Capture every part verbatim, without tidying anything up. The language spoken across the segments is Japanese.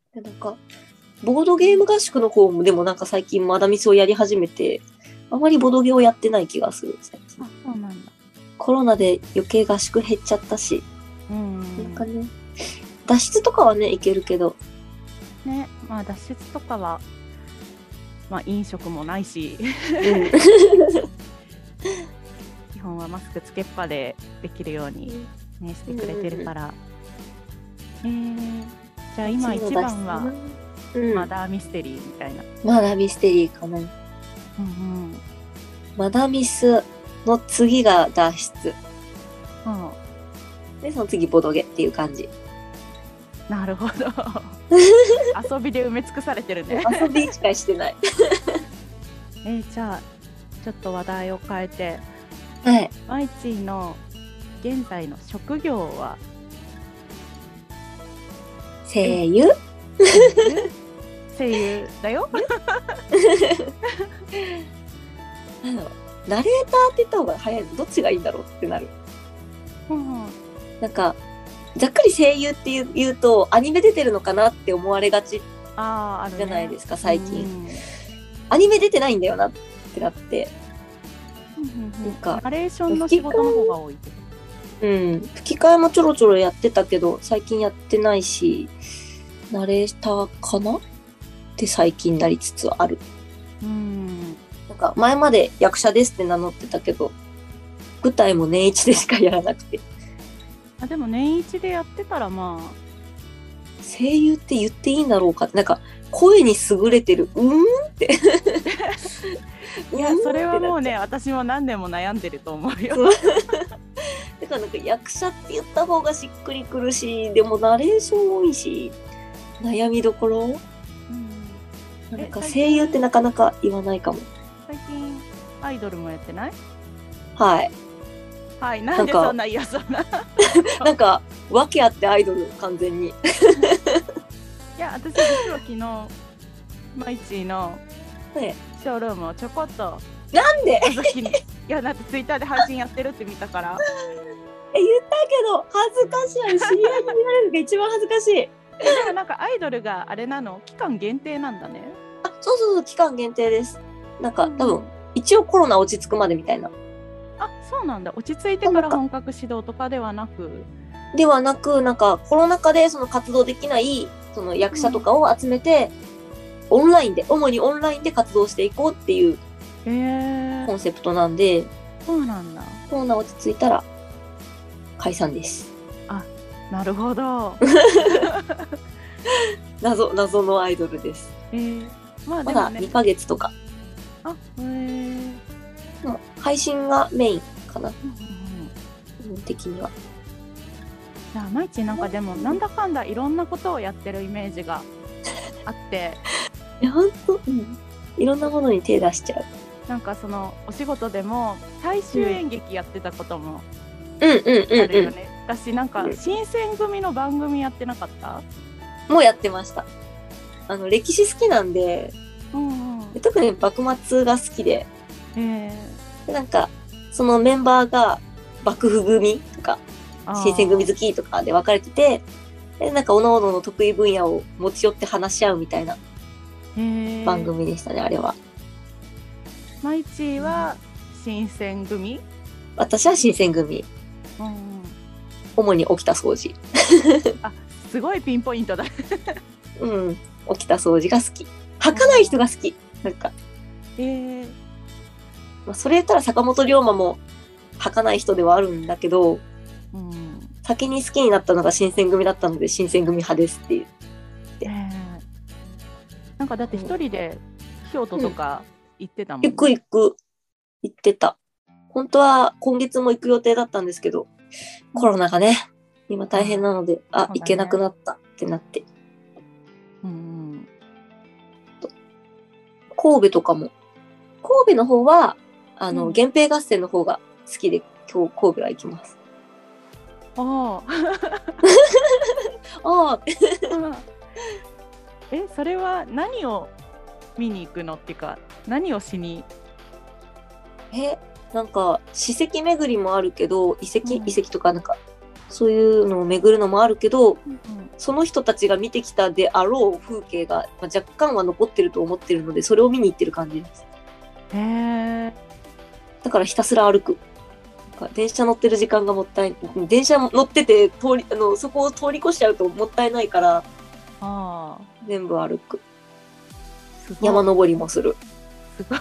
でなんかボードゲーム合宿の方もでもなんか最近マダミスをやり始めて、あまりボードゲーをやってない気がする最近。 あ、そうなんだ。 コロナで余計合宿減っちゃったし、 うん、 なんかね、脱出とかはねいけるけどね、まあ脱出とかはまあ飲食もないし、うん、基本はマスクつけっぱでできるように、ね、してくれてるから、うんうんうん、えー、じゃあ今一番はマダーミステリーみたいな。 マダーミステリーかな、うんうん、マダーミスの次が脱出、うん、でその次ボドゲっていう感じ。 なるほど遊びで埋め尽くされてるね遊びしかしてないえー、じゃあちょっと話題を変えて、 はい、 まいちの現在の職業は声優声優だよナレーターって言った方が早いのどっちがいいんだろうってなる、うん、なんかざっくり声優って言うとアニメ出てるのかなって思われがちじゃないですか、ね、最近、うん、アニメ出てないんだよなってなって、 うんうんうん、なんかナレーションの仕事の方が多いってこと。 うん、吹き替えもちょろちょろやってたけど最近やってないし、ナレーターかなって最近なりつつある。うん、なんか前まで役者ですって名乗ってたけど舞台も年一でしかやらなくて。 あ、でも年一でやってたらまあ声優って言っていいんだろうかって、なんか声に優れてるうーんっていやそれはもうね私も何年も悩んでると思うよだからなんか役者って言った方がしっくりくるし、でもナレーション多いし悩みどころ、うん、なんか声優ってなかなか言わないかも。 最近アイドルもやってない？ はいはい、なんでそんな嫌そうななんか訳あってアイドル完全にいや私実は昨日マイチーのショールームをちょこっとなんでいやだってツイッターで配信やってるって見たからえ言ったけど恥ずかしい、知り合いになれるのが一番恥ずかしいでもなんかアイドルがあれなの期間限定なんだね。 あ、そうそうそう、期間限定です。なんか、うん、多分一応コロナ落ち着くまでみたいな。 あ、そうなんだ。落ち着いてから本格始動とかではなくではなく、なんかコロナ禍でその活動できないその役者とかを集めて、うん、オンラインで主にオンラインで活動していこうっていうコンセプトなんで、 そうなんだ。 コロナ落ち着いたら解散です。 あ、なるほど謎謎のアイドルです。 えー、まあでもね、 まだにかげつとか。 あ、へー。 もう配信がメインかな、うんうん、的には。 じゃあマイチなんかでもなんだかんだいろんなことをやってるイメージがあっていや本当、うん、いろんなものに手出しちゃう。 なんかそのお仕事でも大衆演劇やってたこともあるよね、うんうんうんうん、 私なんか新選組の番組やってなかった？ もうやってました。あの歴史好きなんで、うんうん、特に幕末が好きで、えー、でなんかそのメンバーが幕府組とか新選組好きとかで分かれてて、でなんか各々の得意分野を持ち寄って話し合うみたいな番組でしたね、あれは。 マイチーは新選組？ 私は新選組、うん、主に起きた掃除あ、すごいピンポイントだうん、起きた掃除が好き。吐かない人が好き。なんか、えーまあ、それ言ったら坂本龍馬も吐かない人ではあるんだけど、うん、先に好きになったのが新選組だったので新選組派ですっていう、えー、 なんかだって一人で京都とか行ってたもんね、 うん、行く行く行ってた。本当は今月も行く予定だったんですけど、コロナがね今大変なので、うん、あ、ね、行けなくなったってなって、うん、神戸とかも神戸の方はあの、うん、源平合戦の方が好きで今日神戸は行きます。 ああああえ、それは何を見に行くのっていうか何をしに？ え、なんか史跡巡りもあるけど遺跡、うん、遺跡とかなんかそういうのを巡るのもあるけど、うんうん、 その人たちが見てきたであろう風景が、まあ、若干は残ってると思ってるので、それを見に行ってる感じです。 へえ。 だからひたすら歩く。電車乗ってる時間がもったい電車乗ってて通りあのそこを通り越しちゃうともったいないから、あ全部歩く。山登りもする。すごい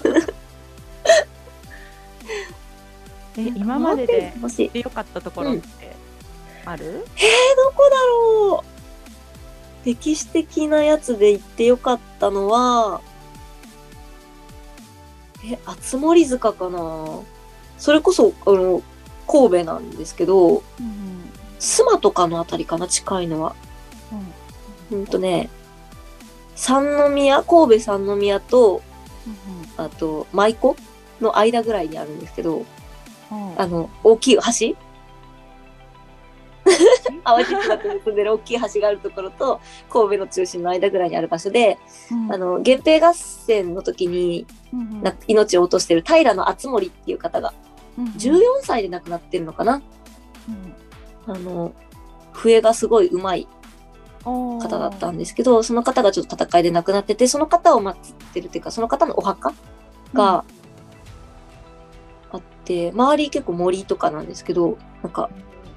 え今までで行ってよかったところってある？うん、えー、どこだろう。歴史的なやつで行ってよかったのはえ熱森塚かな。それこそあの神戸なんですけど、うん、須磨とかのあたりかな、近いのは。うん、うんとね、三宮、神戸三宮と、うん、あと舞子の間ぐらいにあるんですけど、うん、あの大きい橋淡路島と結んでる大きい橋があるところと神戸の中心の間ぐらいにある場所で、うん、あの源平合戦の時に、うん、な命を落としてる平敦盛っていう方が、うん、じゅうよんさいで亡くなってるのかな、うん、あの笛がすごい上手い方だったんですけど、その方がちょっと戦いで亡くなってて、その方を祀ってるっていうか、その方のお墓があって、うん、周り結構森とかなんですけど、なんか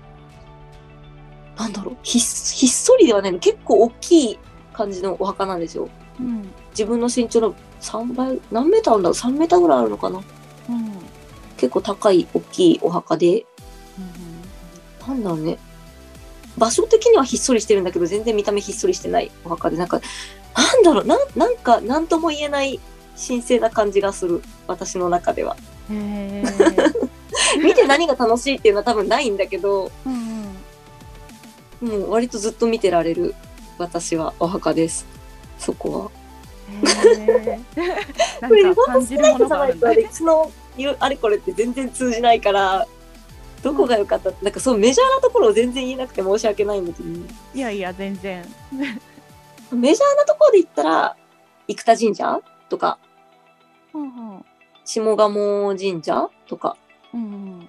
なんだろう、ひっ、ひっそりではないの、結構大きい感じのお墓なんですよ。うん、自分の身長のさんばい、何メーターあるんだろう、さんメーターぐらいあるのかな。うん、結構高い大きいお墓で、うん、なんだろうね。場所的にはひっそりしてるんだけど、全然見た目ひっそりしてないお墓で、なんか、なんだろう、な、なんか、なんとも言えない神聖な感じがする、私の中では。へ見て何が楽しいっていうのは多分ないんだけど、うんもう割とずっと見てられる私はお墓です。そこは。へこれ感じるものがあるんだ。歴史のあれこれって全然通じないからどこが良かったって、うん、なんかそうメジャーなところを全然言えなくて申し訳ないんだけど、ね、 いやいや全然メジャーなところで言ったら生田神社とか、うんうん、下鴨神社とか、うんうん、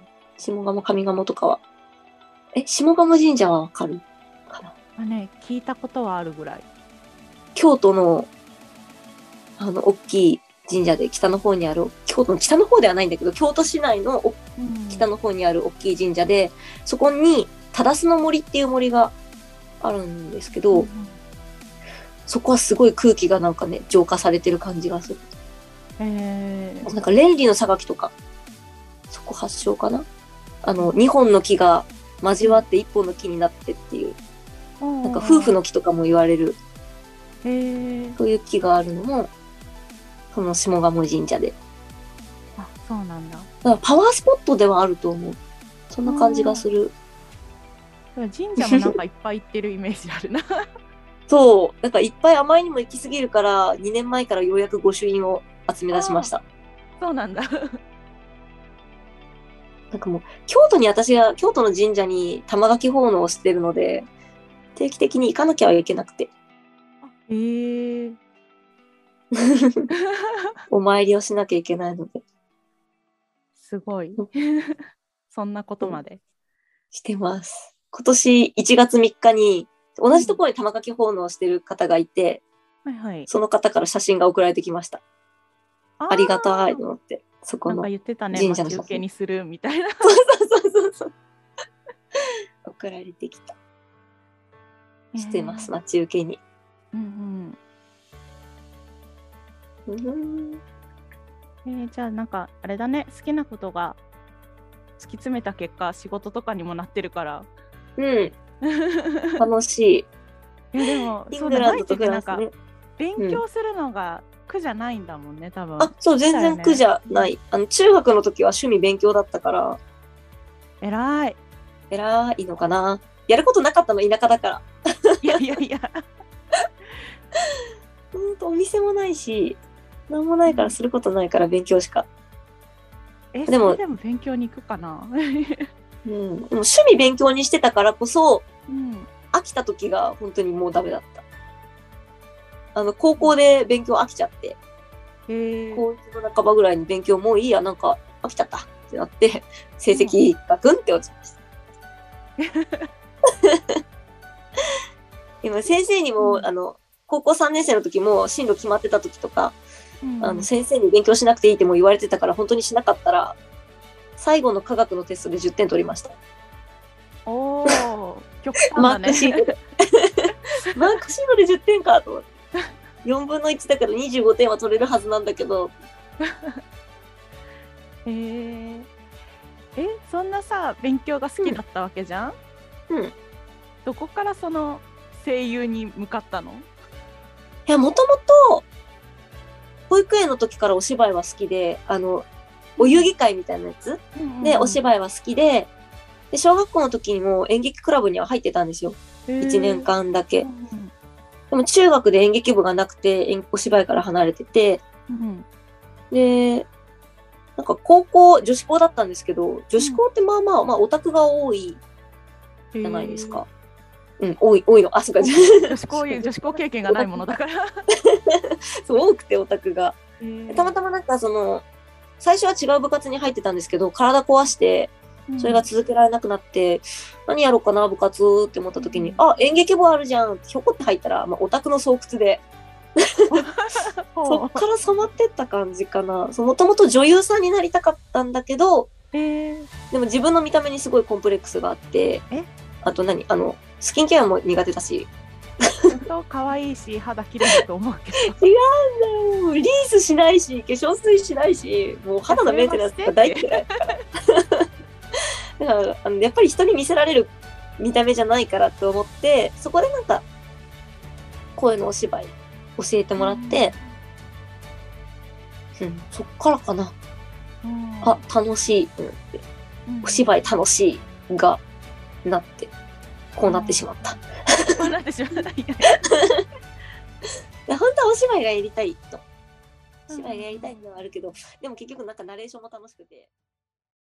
下鴨上鴨とかはえ、下鴨神社はわかるかな？ あね、聞いたことはあるぐらい。 京都の、あの、大きい神社で北の方にある、京都の北の方ではないんだけど、京都市内の北の方にある大きい神社で、うん、そこに、忠須の森っていう森があるんですけど、うん、そこはすごい空気がなんかね、浄化されてる感じがする。へー。なんか、蓮理の榊とか、そこ発祥かな？あの、二本の木が、交わって一本の木になってっていう、なんか夫婦の木とかも言われる、へそういう木があるのもその下鴨神社で。 あ、そうなんだ。 だからパワースポットではあると思う。そんな感じがする。 神社もなんかいっぱい行ってるイメージあるな。 そう、なんかいっぱいあまりにも行き過ぎるからにねんまえからようやく御朱印を集め出しました。 そうなんだ。 なんかもう、京都に私が、京都の神社に玉垣奉納をしてるので、定期的に行かなきゃいけなくて。へー。お参りをしなきゃいけないので。 すごい。そんなことまで。 してます。今年いちがつみっかに、同じところに玉垣奉納をしてる方がいて、うんはいはい、その方から写真が送られてきました。あ, ありがたいと思って。そこの神社の写真。なんか言ってたね、 待ち受けにするみたいな。 そうそうそうそう。送られてきた。してます、待ち受けに。うんうん。うんえー、じゃあなんかあれだね、好きなことが突き詰めた結果、仕事とかにもなってるから。 うん。楽しい。 いやでも、イングランドとフランスね。なんか勉強するのが、うん苦じゃないんだもんね、多分。 あ、そう、全然苦じゃない。あの中学の時は趣味勉強だったから。 偉い。 偉いのかな。やることなかったの、田舎だから。 いやいやいや。 うんと、お店もないし、なんもないからすることないから勉強しか。 え、でも、それでも勉強に行くかな。 うん、でも趣味勉強にしてたからこそ、うん、飽きた時が本当にもうダメだった。あの高校で勉強飽きちゃって、へ高いちの半ばぐらいに勉強もういいや、なんか飽きちゃったってなって、成績がグンって落ちました。 今先生にも、うん、あの高校さんねん生の時も進路決まってた時とか、うん、あの先生に勉強しなくていいっても言われてたから本当にしなかったら最後の科学のテストでじゅってん取りました。 おー、極端だね。マークシートでマークシートでじゅってんかと思って。よんぶんのいちだからにじゅうごてんは取れるはずなんだけど。 へー。え、そんなさ、勉強が好きだったわけじゃん？ うん。うん、 どこからその声優に向かったの？ いや、もともと保育園の時からお芝居は好きで、あの、お遊戯会みたいなやつ、うんうんうん、で、お芝居は好きで、で、小学校の時にも演劇クラブには入ってたんですよ。いちねんかんだけ。うんうん、でも中学で演劇部がなくて、お芝居から離れてて、うん、で、なんか高校、女子校だったんですけど、女子校ってまあまあ、まあオタクが多いじゃないですか。うん、多い、多いの。あ、そうか。 女子校、女子校経験がないものだから。 そう、多くてオタクが。たまたまなんかその、最初は違う部活に入ってたんですけど、体壊して、それが続けられなくなって、うん、何やろうかな、部活って思った時に、うん、あ、演劇部あるじゃんってひょこって入ったら、まあ、オタクの巣窟で。そっから染まってった感じかな。もともと女優さんになりたかったんだけど、 えー、 でも自分の見た目にすごいコンプレックスがあって、 えあと何あの、スキンケアも苦手だし。 そう、可愛いし、肌綺麗だと思うけど。 違うんだよ。リースしないし、化粧水しないし、もう肌のメンテナンスとか大嫌いだから。だからあのやっぱり人に見せられる見た目じゃないからと思って、そこでなんか、声のお芝居教えてもらって、うん、うん、そっからかな。うん、あ、楽しいってなって、うん、お芝居楽しいがなって、こうなってしまった。 こうなってしまった。いや本当はお芝居がやりたいと。お芝居がやりたいのはあるけど、でも結局なんかナレーションも楽しくて。